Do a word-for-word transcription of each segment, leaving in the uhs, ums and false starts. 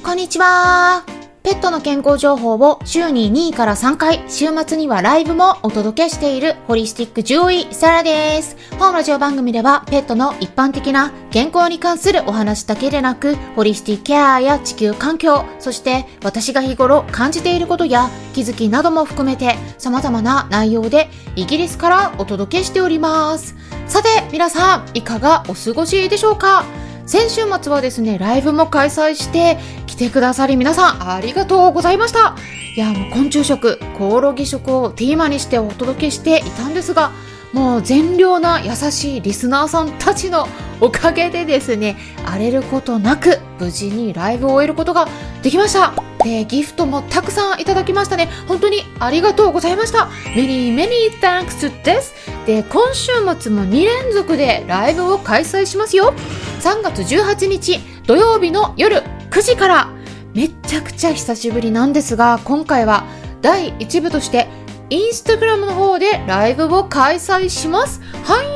こんにちは。ペットの健康情報を週ににからさんかい、週末にはライブもお届けしているホリスティック獣医サラです。本ラジオ番組ではペットの一般的な健康に関するお話だけでなく、ホリスティックケアや地球環境、そして私が日頃感じていることや気づきなども含めて様々な内容でイギリスからお届けしております。さて皆さんいかがお過ごしでしょうか。先週末はですね、ライブも開催して来てくださり皆さんありがとうございました。いやもう昆虫食、コオロギ食をテーマにしてお届けしていたんですが、もう善良な優しいリスナーさんたちのおかげでですね、荒れることなく無事にライブを終えることができました。で、ギフトもたくさんいただきましたね。本当にありがとうございました。Many many thanks です。で、今週末もに連続でライブを開催しますよ。さんがつじゅうはちにち土曜日の夜くじから、めちゃくちゃ久しぶりなんですが、今回はだいいち部としてインスタグラムの方でライブを開催します。はい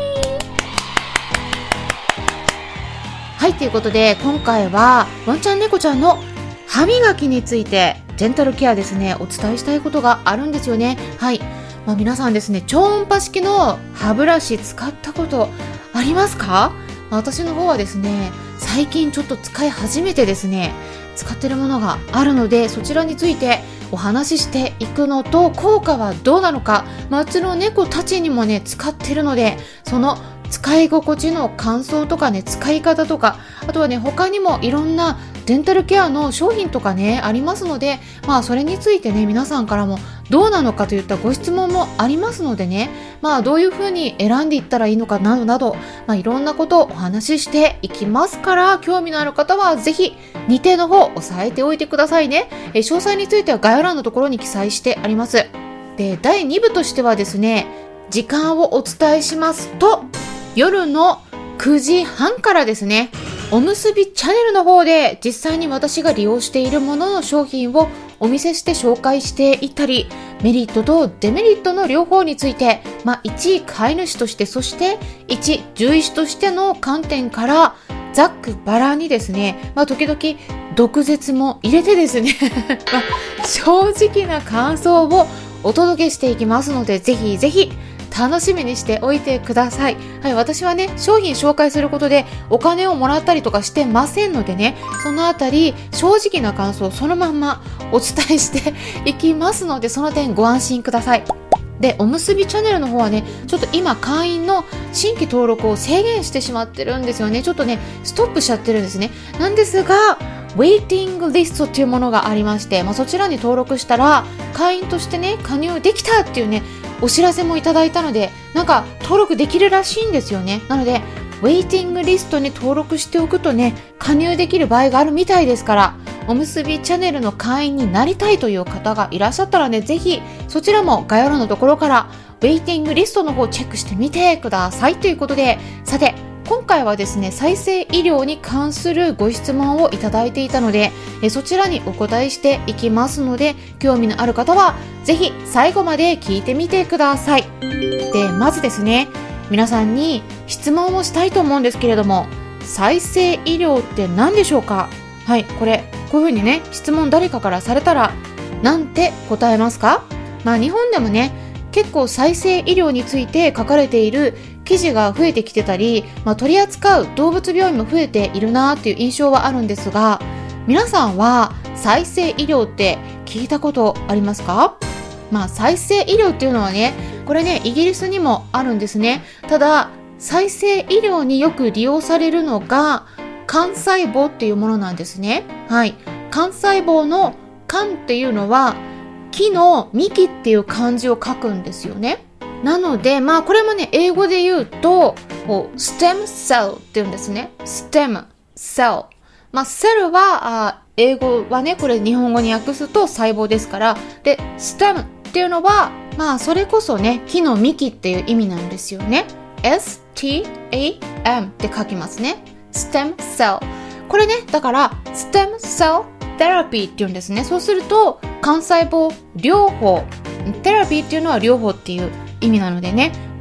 はい、ということで今回はワンちゃん猫ちゃんの歯磨きについてデンタルケアですね、お伝えしたいことがあるんですよね。はい、まあ、皆さんですね、超音波式の歯ブラシ使ったことありますか？私の方はですね、最近ちょっと使い始めてですね、使ってるものがあるので、そちらについてお話ししていくのと、効果はどうなのか、まあ、うちの猫たちにもね使ってるので、その使い心地の感想とかね、使い方とか、あとはね他にもいろんなデンタルケアの商品とかねありますので、まあそれについてね皆さんからもどうなのかといったご質問もありますのでね、まあどういう風に選んでいったらいいのかなどなど、まあいろんなことをお話ししていきますから、興味のある方はぜひ日程の方押さえておいてくださいね。え詳細については概要欄のところに記載してあります。で、だいに部としてはですね、時間をお伝えしますと、夜のくじはんからですね、おむすびチャンネルの方で実際に私が利用しているものの商品をお見せして紹介していったり、メリットとデメリットの両方について、まあ、いち飼い主として、そしていち獣医師としての観点からざっくばらんにですね、まあ、時々毒舌も入れてですね、まあ、正直な感想をお届けしていきますので、ぜひぜひ楽しみにしておいてください。はい、私はね、商品紹介することでお金をもらったりとかしてませんのでね、そのあたり正直な感想をそのまんまお伝えしていきますので、その点ご安心ください。で、おむすびチャンネルの方はね、ちょっと今会員の新規登録を制限してしまってるんですよね。ちょっとね、ストップしちゃってるんですね。なんですが、ウェイティングリストっていうものがありまして、まあ、そちらに登録したら会員としてね加入できたっていうねお知らせもいただいたので、なんか登録できるらしいんですよね。なのでウェイティングリストに登録しておくとね、加入できる場合があるみたいですから、おむすびチャンネルの会員になりたいという方がいらっしゃったらね、ぜひそちらも概要欄のところからウェイティングリストの方をチェックしてみてくださいということで、さて今回はですね、再生医療に関するご質問をいただいていたので、えそちらにお答えしていきますので、興味のある方はぜひ最後まで聞いてみてください。で、まずですね、皆さんに質問をしたいと思うんですけれども、再生医療って何でしょうか？はい、これこういうふうにね質問誰かからされたらなんて答えますか？まあ日本でもね結構再生医療について書かれている記事が増えてきてたり、まあ、取り扱う動物病院も増えているなっていう印象はあるんですが、皆さんは再生医療って聞いたことありますか？まあ再生医療っていうのはね、これねイギリスにもあるんですね。ただ再生医療によく利用されるのが幹細胞っていうものなんですね。はい、幹細胞の幹っていうのは木の幹っていう漢字を書くんですよね。なので、まあこれもね、英語で言うと、stem cell って言うんですね。stem cell。まあ、cell は、あ英語はね、これ日本語に訳すと細胞ですから、で、stem っていうのは、まあそれこそね、木の幹っていう意味なんですよね。エスティーエーエム って書きますね。stem cell。これね、だから、stem cell therapy って言うんですね。そうすると、幹細胞療法。テラピーっていうのは療法っていう意味なのでね、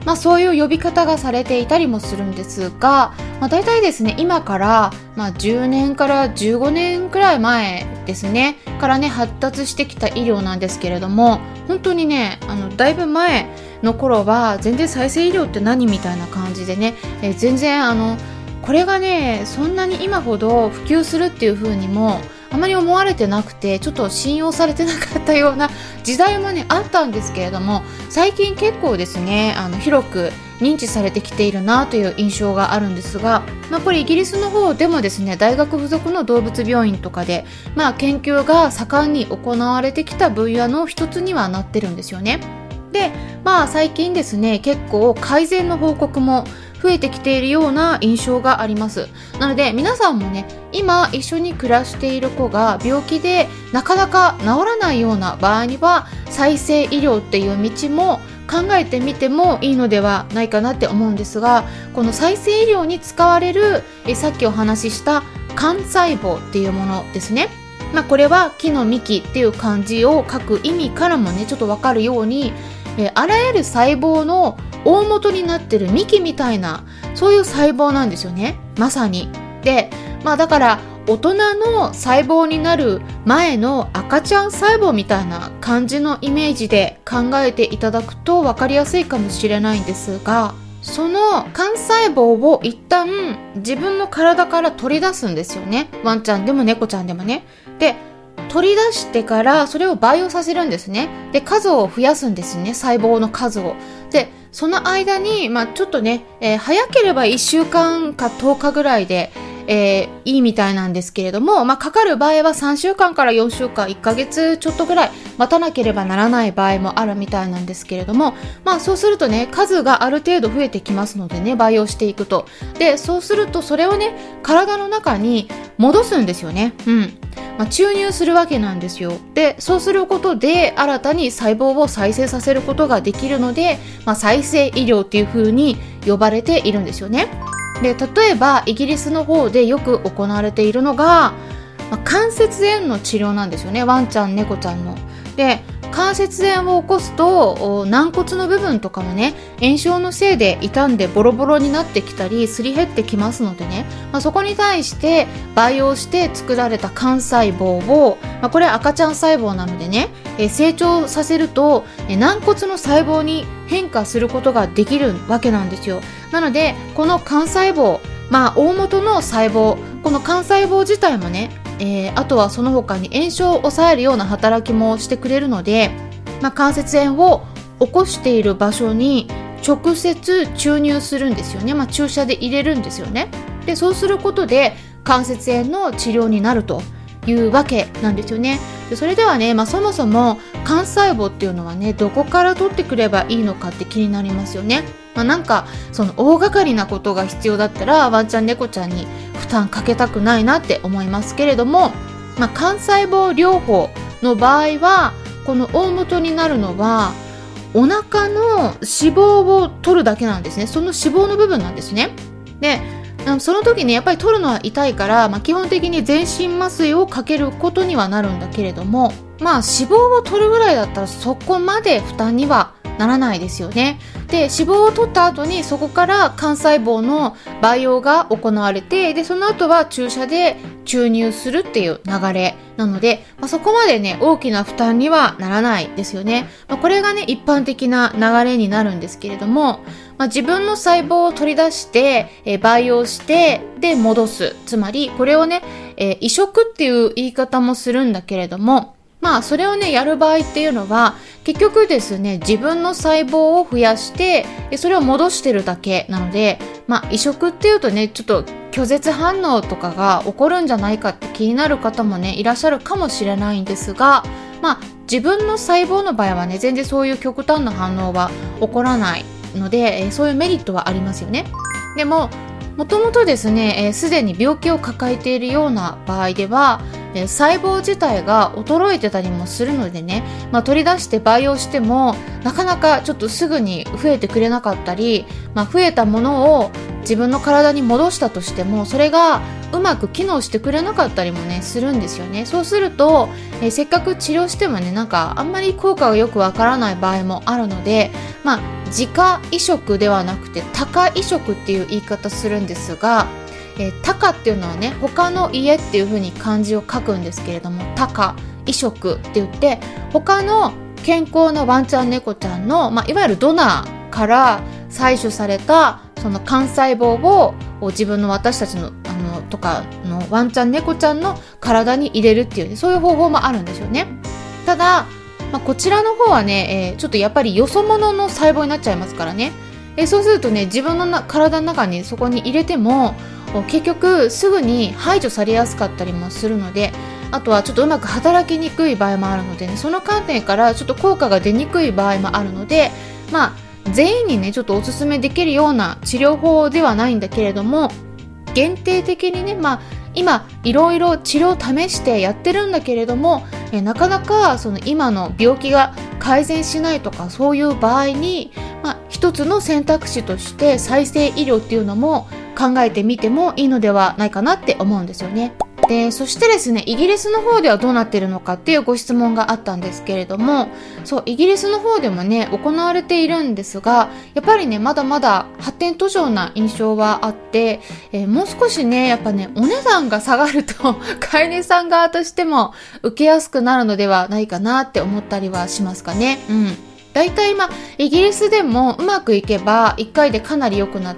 まあ、そういう呼び方がされていたりもするんですが、まあ、大体ですね今から、まあ、じゅうねんからじゅうごねんくらい前ですねからね発達してきた医療なんですけれども、本当にねあのだいぶ前の頃は全然再生医療って何みたいな感じでね、えー、全然あのこれがねそんなに今ほど普及するっていう風にもあまり思われてなくて、ちょっと信用されてなかったような時代もねあったんですけれども、最近結構ですねあの広く認知されてきているなという印象があるんですが、まあ、これイギリスの方でもですね大学附属の動物病院とかで、まあ、研究が盛んに行われてきた分野の一つにはなってるんですよね。で、まあ最近ですね結構改善の報告も増えてきているような印象があります。なので皆さんもね今一緒に暮らしている子が病気でなかなか治らないような場合には再生医療っていう道も考えてみてもいいのではないかなって思うんですが、この再生医療に使われるえさっきお話しした幹細胞っていうものですね。まあ、これは木の幹っていう漢字を書く意味からもねちょっとわかるように、えあらゆる細胞の大元になってる幹みたいなそういう細胞なんですよね、まさに。で、まあだから大人の細胞になる前の赤ちゃん細胞みたいな感じのイメージで考えていただくと分かりやすいかもしれないんですが、その幹細胞を一旦自分の体から取り出すんですよね。ワンちゃんでも猫ちゃんでもね。で取り出してからそれを培養させるんですね。で数を増やすんですね、細胞の数を。でその間に、まあ、ちょっとね、えー、早ければいっしゅうかんかとおかぐらいで、えー、いいみたいなんですけれども、まあ、かかる場合はさんしゅうかんからよんしゅうかん、いっかげつちょっとぐらい待たなければならない場合もあるみたいなんですけれども、まあそうするとね数がある程度増えてきますのでね、培養していくと。でそうするとそれをね体の中に戻すんですよね。うん。まあ、注入するわけなんですよ。でそうすることで新たに細胞を再生させることができるので、まあ、再生医療っていう風に呼ばれているんですよね。で例えばイギリスの方でよく行われているのが、まあ、関節炎の治療なんですよね。ワンちゃん猫ちゃんの。で関節炎を起こすと軟骨の部分とかもね炎症のせいで傷んでボロボロになってきたりすり減ってきますのでね、まあ、そこに対して培養して作られた幹細胞を、まあ、これ赤ちゃん細胞なのでね、え成長させるとえ軟骨の細胞に変化することができるわけなんですよ。なのでこの幹細胞、まあ大元の細胞、この幹細胞自体もねえー、あとはその他に炎症を抑えるような働きもしてくれるので、まあ、関節炎を起こしている場所に直接注入するんですよね。まあ、注射で入れるんですよね。でそうすることで関節炎の治療になるというわけなんですよね。でそれではね、まあ、そもそも幹細胞っていうのはねどこから取ってくればいいのかって気になりますよね。まあ、なんかその大掛かりなことが必要だったらワンちゃん猫ちゃんに負担かけたくないなって思いますけれども、まあ、幹細胞療法の場合はこの大元になるのはお腹の脂肪を取るだけなんですね。その脂肪の部分なんですね。でその時にやっぱり取るのは痛いから、まあ、基本的に全身麻酔をかけることにはなるんだけれども、まあ脂肪を取るぐらいだったらそこまで負担にはならないですよね。で脂肪を取った後にそこから幹細胞の培養が行われて、でその後は注射で注入するっていう流れなので、まあ、そこまでね大きな負担にはならないですよね。まあ、これがね一般的な流れになるんですけれども、まあ、自分の細胞を取り出して、えー、培養してで戻す、つまりこれをね、えー、移植っていう言い方もするんだけれども、まあそれをねやる場合っていうのは結局ですね自分の細胞を増やしてそれを戻してるだけなので、まあ移植っていうとねちょっと拒絶反応とかが起こるんじゃないかって気になる方もねいらっしゃるかもしれないんですが、まあ自分の細胞の場合はね全然そういう極端な反応は起こらないので、そういうメリットはありますよね。でももともとですねすで、ー、に病気を抱えているような場合では細胞自体が衰えてたりもするのでね、まあ、取り出して培養してもなかなかちょっとすぐに増えてくれなかったり、まあ、増えたものを自分の体に戻したとしてもそれがうまく機能してくれなかったりもねするんですよね。そうすると、えー、せっかく治療してもねなんかあんまり効果がよくわからない場合もあるので、まあ自家移植ではなくて他家移植っていう言い方するんですが、えー、他家っていうのはね他の家っていう風に漢字を書くんですけれども、他家移植って言って他の健康なワンちゃん猫ちゃんの、まあ、いわゆるドナーから採取されたその幹細胞を自分の私たちの、あのとかのワンちゃん猫ちゃんの体に入れるっていう、ね、そういう方法もあるんですよね。ただ、まあ、こちらの方はね、えー、ちょっとやっぱりよそ者の細胞になっちゃいますからね、えー、そうするとね自分のな体の中にそこに入れても結局すぐに排除されやすかったりもするので、あとはちょっとうまく働きにくい場合もあるのでね、その観点からちょっと効果が出にくい場合もあるので、まあ全員にねちょっとおすすめできるような治療法ではないんだけれども、限定的にね、まあ今いろいろ治療を試してやってるんだけれども、えなかなかその今の病気が改善しないとかそういう場合に、まあ、一つの選択肢として再生医療っていうのも考えてみてもいいのではないかなって思うんですよね。で、そしてですね、イギリスの方ではどうなっているのかっていうご質問があったんですけれども、そう、イギリスの方でもね、行われているんですが、やっぱりね、まだまだ発展途上な印象はあって、えー、もう少しね、やっぱね、お値段が下がると、飼い主さん側としても受けやすくなるのではないかなって思ったりはしますかね。うん。だいたい今イギリスでもうまくいけばいっかいでかなり良くなって、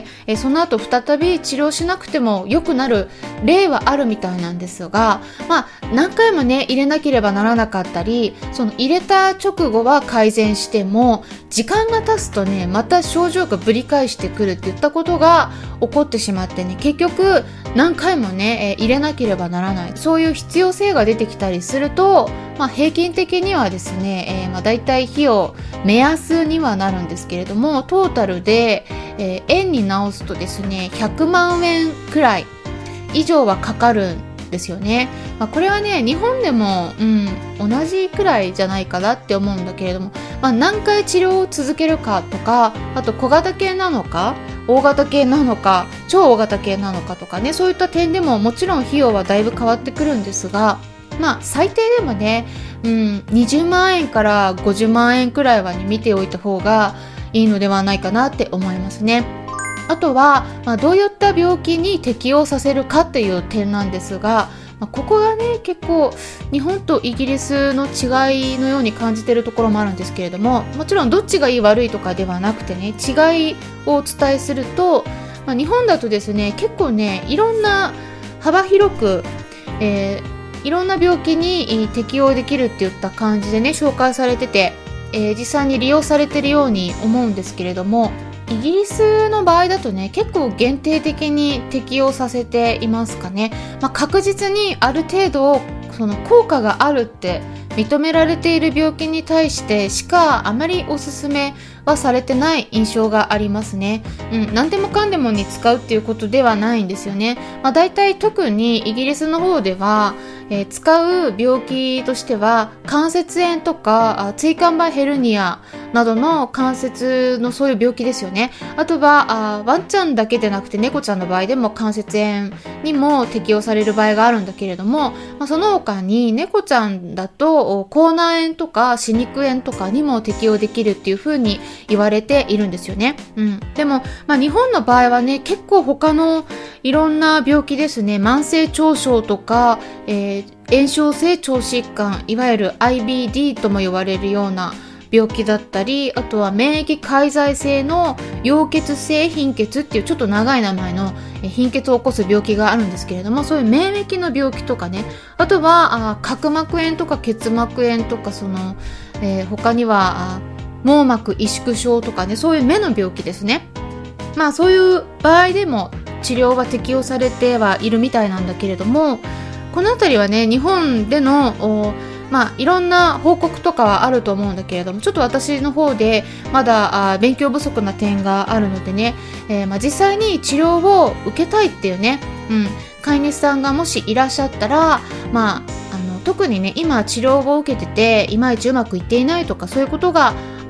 えその後再び治療しなくても良くなる例はあるみたいなんですが、まあ何回もね入れなければならなかったり、その入れた直後は改善しても時間が経つとねまた症状がぶり返してくるっていったことが起こってしまってね、結局何回もね、えー、入れなければならない、そういう必要性が出てきたりすると、まあ、平均的にはですね、えーまあ、だいたい費用目安にはなるんですけれども、トータルで、えー、円に直すとですねひゃくまんえんくらい以上はかかるんですよね。まあ、これはね日本でも、うん、同じくらいじゃないかなって思うんだけれども、まあ、何回治療を続けるかとか、あと小型系なのか大型系なのか超大型系なのかとかね、そういった点でももちろん費用はだいぶ変わってくるんですが、まあ最低でもね、うん、にじゅうまんえんからごじゅうまんえんくらいは、ね、見ておいた方がいいのではないかなって思いますね。あとは、まあ、どういった病気に適応させるかっていう点なんですが、まあ、ここがね結構日本とイギリスの違いのように感じているところもあるんですけれども、もちろんどっちがいい悪いとかではなくてね、違いをお伝えすると、まあ、日本だとですね結構ねいろんな幅広く、えー、いろんな病気に適応できるっていった感じでね紹介されてて、えー、実際に利用されているように思うんですけれども、イギリスの場合だとね結構限定的に適用させていますかね。まあ、確実にある程度その効果があるって認められている病気に対してしかあまりおすすめはされてない印象がありますね。うん、何でもかんでもに使うっていうことではないんですよね。まあ、だいたい特にイギリスの方では、えー、使う病気としては関節炎とか椎間板ヘルニアなどの関節のそういう病気ですよね。あとはあワンちゃんだけでなくて猫ちゃんの場合でも関節炎にも適用される場合があるんだけれども、まあ、その他に猫ちゃんだと口内炎とか歯肉炎とかにも適用できるっていう風に言われているんですよね。うん、でも、まあ、日本の場合はね結構他のいろんな病気ですね、慢性腸症とか、えー、炎症性腸疾患、いわゆる アイビーディー とも言われるような病気だったり、あとは免疫介在性の溶血性貧血っていうちょっと長い名前の貧血を起こす病気があるんですけれども、そういう免疫の病気とかね、あとはあ角膜炎とか結膜炎とか、その、えー、他には網膜萎縮症とかね、そういう目の病気ですね。まあそういう場合でも治療は適用されてはいるみたいなんだけれども、このあたりはね日本でのまあいろんな報告とかはあると思うんだけれども、ちょっと私の方でまだあ勉強不足な点があるのでね、えー、まあ実際に治療を受けたいっていうね、うん、飼い主さんがもしいらっしゃったら、まああの特にね今治療を受けてていまいちうまくいっていないとかそういうことが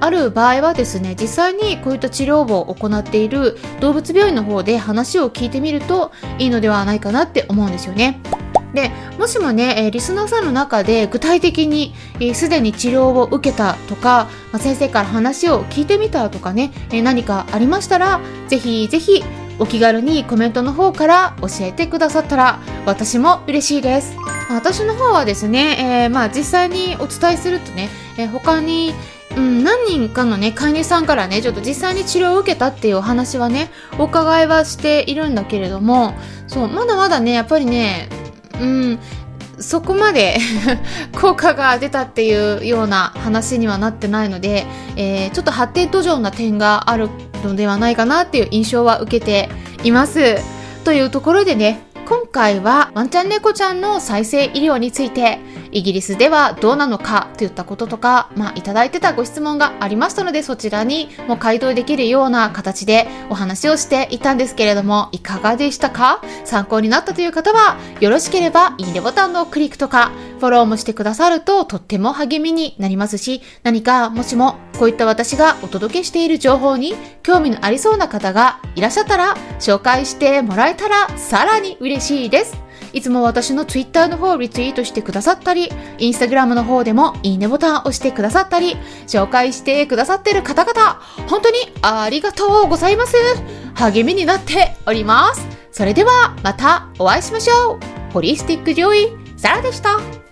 ある場合はですね、実際にこういった治療を行っている動物病院の方で話を聞いてみるといいのではないかなって思うんですよね。で、もしもね、えー、リスナーさんの中で具体的にすで、えー、に治療を受けたとか、まあ、先生から話を聞いてみたとかね、えー、何かありましたら、ぜひぜひお気軽にコメントの方から教えてくださったら私も嬉しいです。私の方はですね、えー、まあ実際にお伝えするとね、えー、他にうん、何人かのね飼い主さんからねちょっと実際に治療を受けたっていうお話はねお伺いはしているんだけれども、そうまだまだねやっぱりねうんそこまで効果が出たっていうような話にはなってないので、えー、ちょっと発展途上な点があるのではないかなっていう印象は受けていますというところでね、今回はワンちゃん猫ちゃんの再生医療についてイギリスではどうなのかといったこととか、まあ、いただいてたご質問がありましたので、そちらにも回答できるような形でお話をしていたんですけれども、いかがでしたか？参考になったという方はよろしければいいねボタンのクリックとかフォローもしてくださるととっても励みになりますし、何かもしもこういった私がお届けしている情報に興味のありそうな方がいらっしゃったら紹介してもらえたらさらに嬉しいです。いつも私のツイッターの方をリツイートしてくださったり、インスタグラムの方でもいいねボタンを押してくださったり、紹介してくださっている方々、本当にありがとうございます。励みになっております。それではまたお会いしましょう。ホリスティック獣医、サラでした。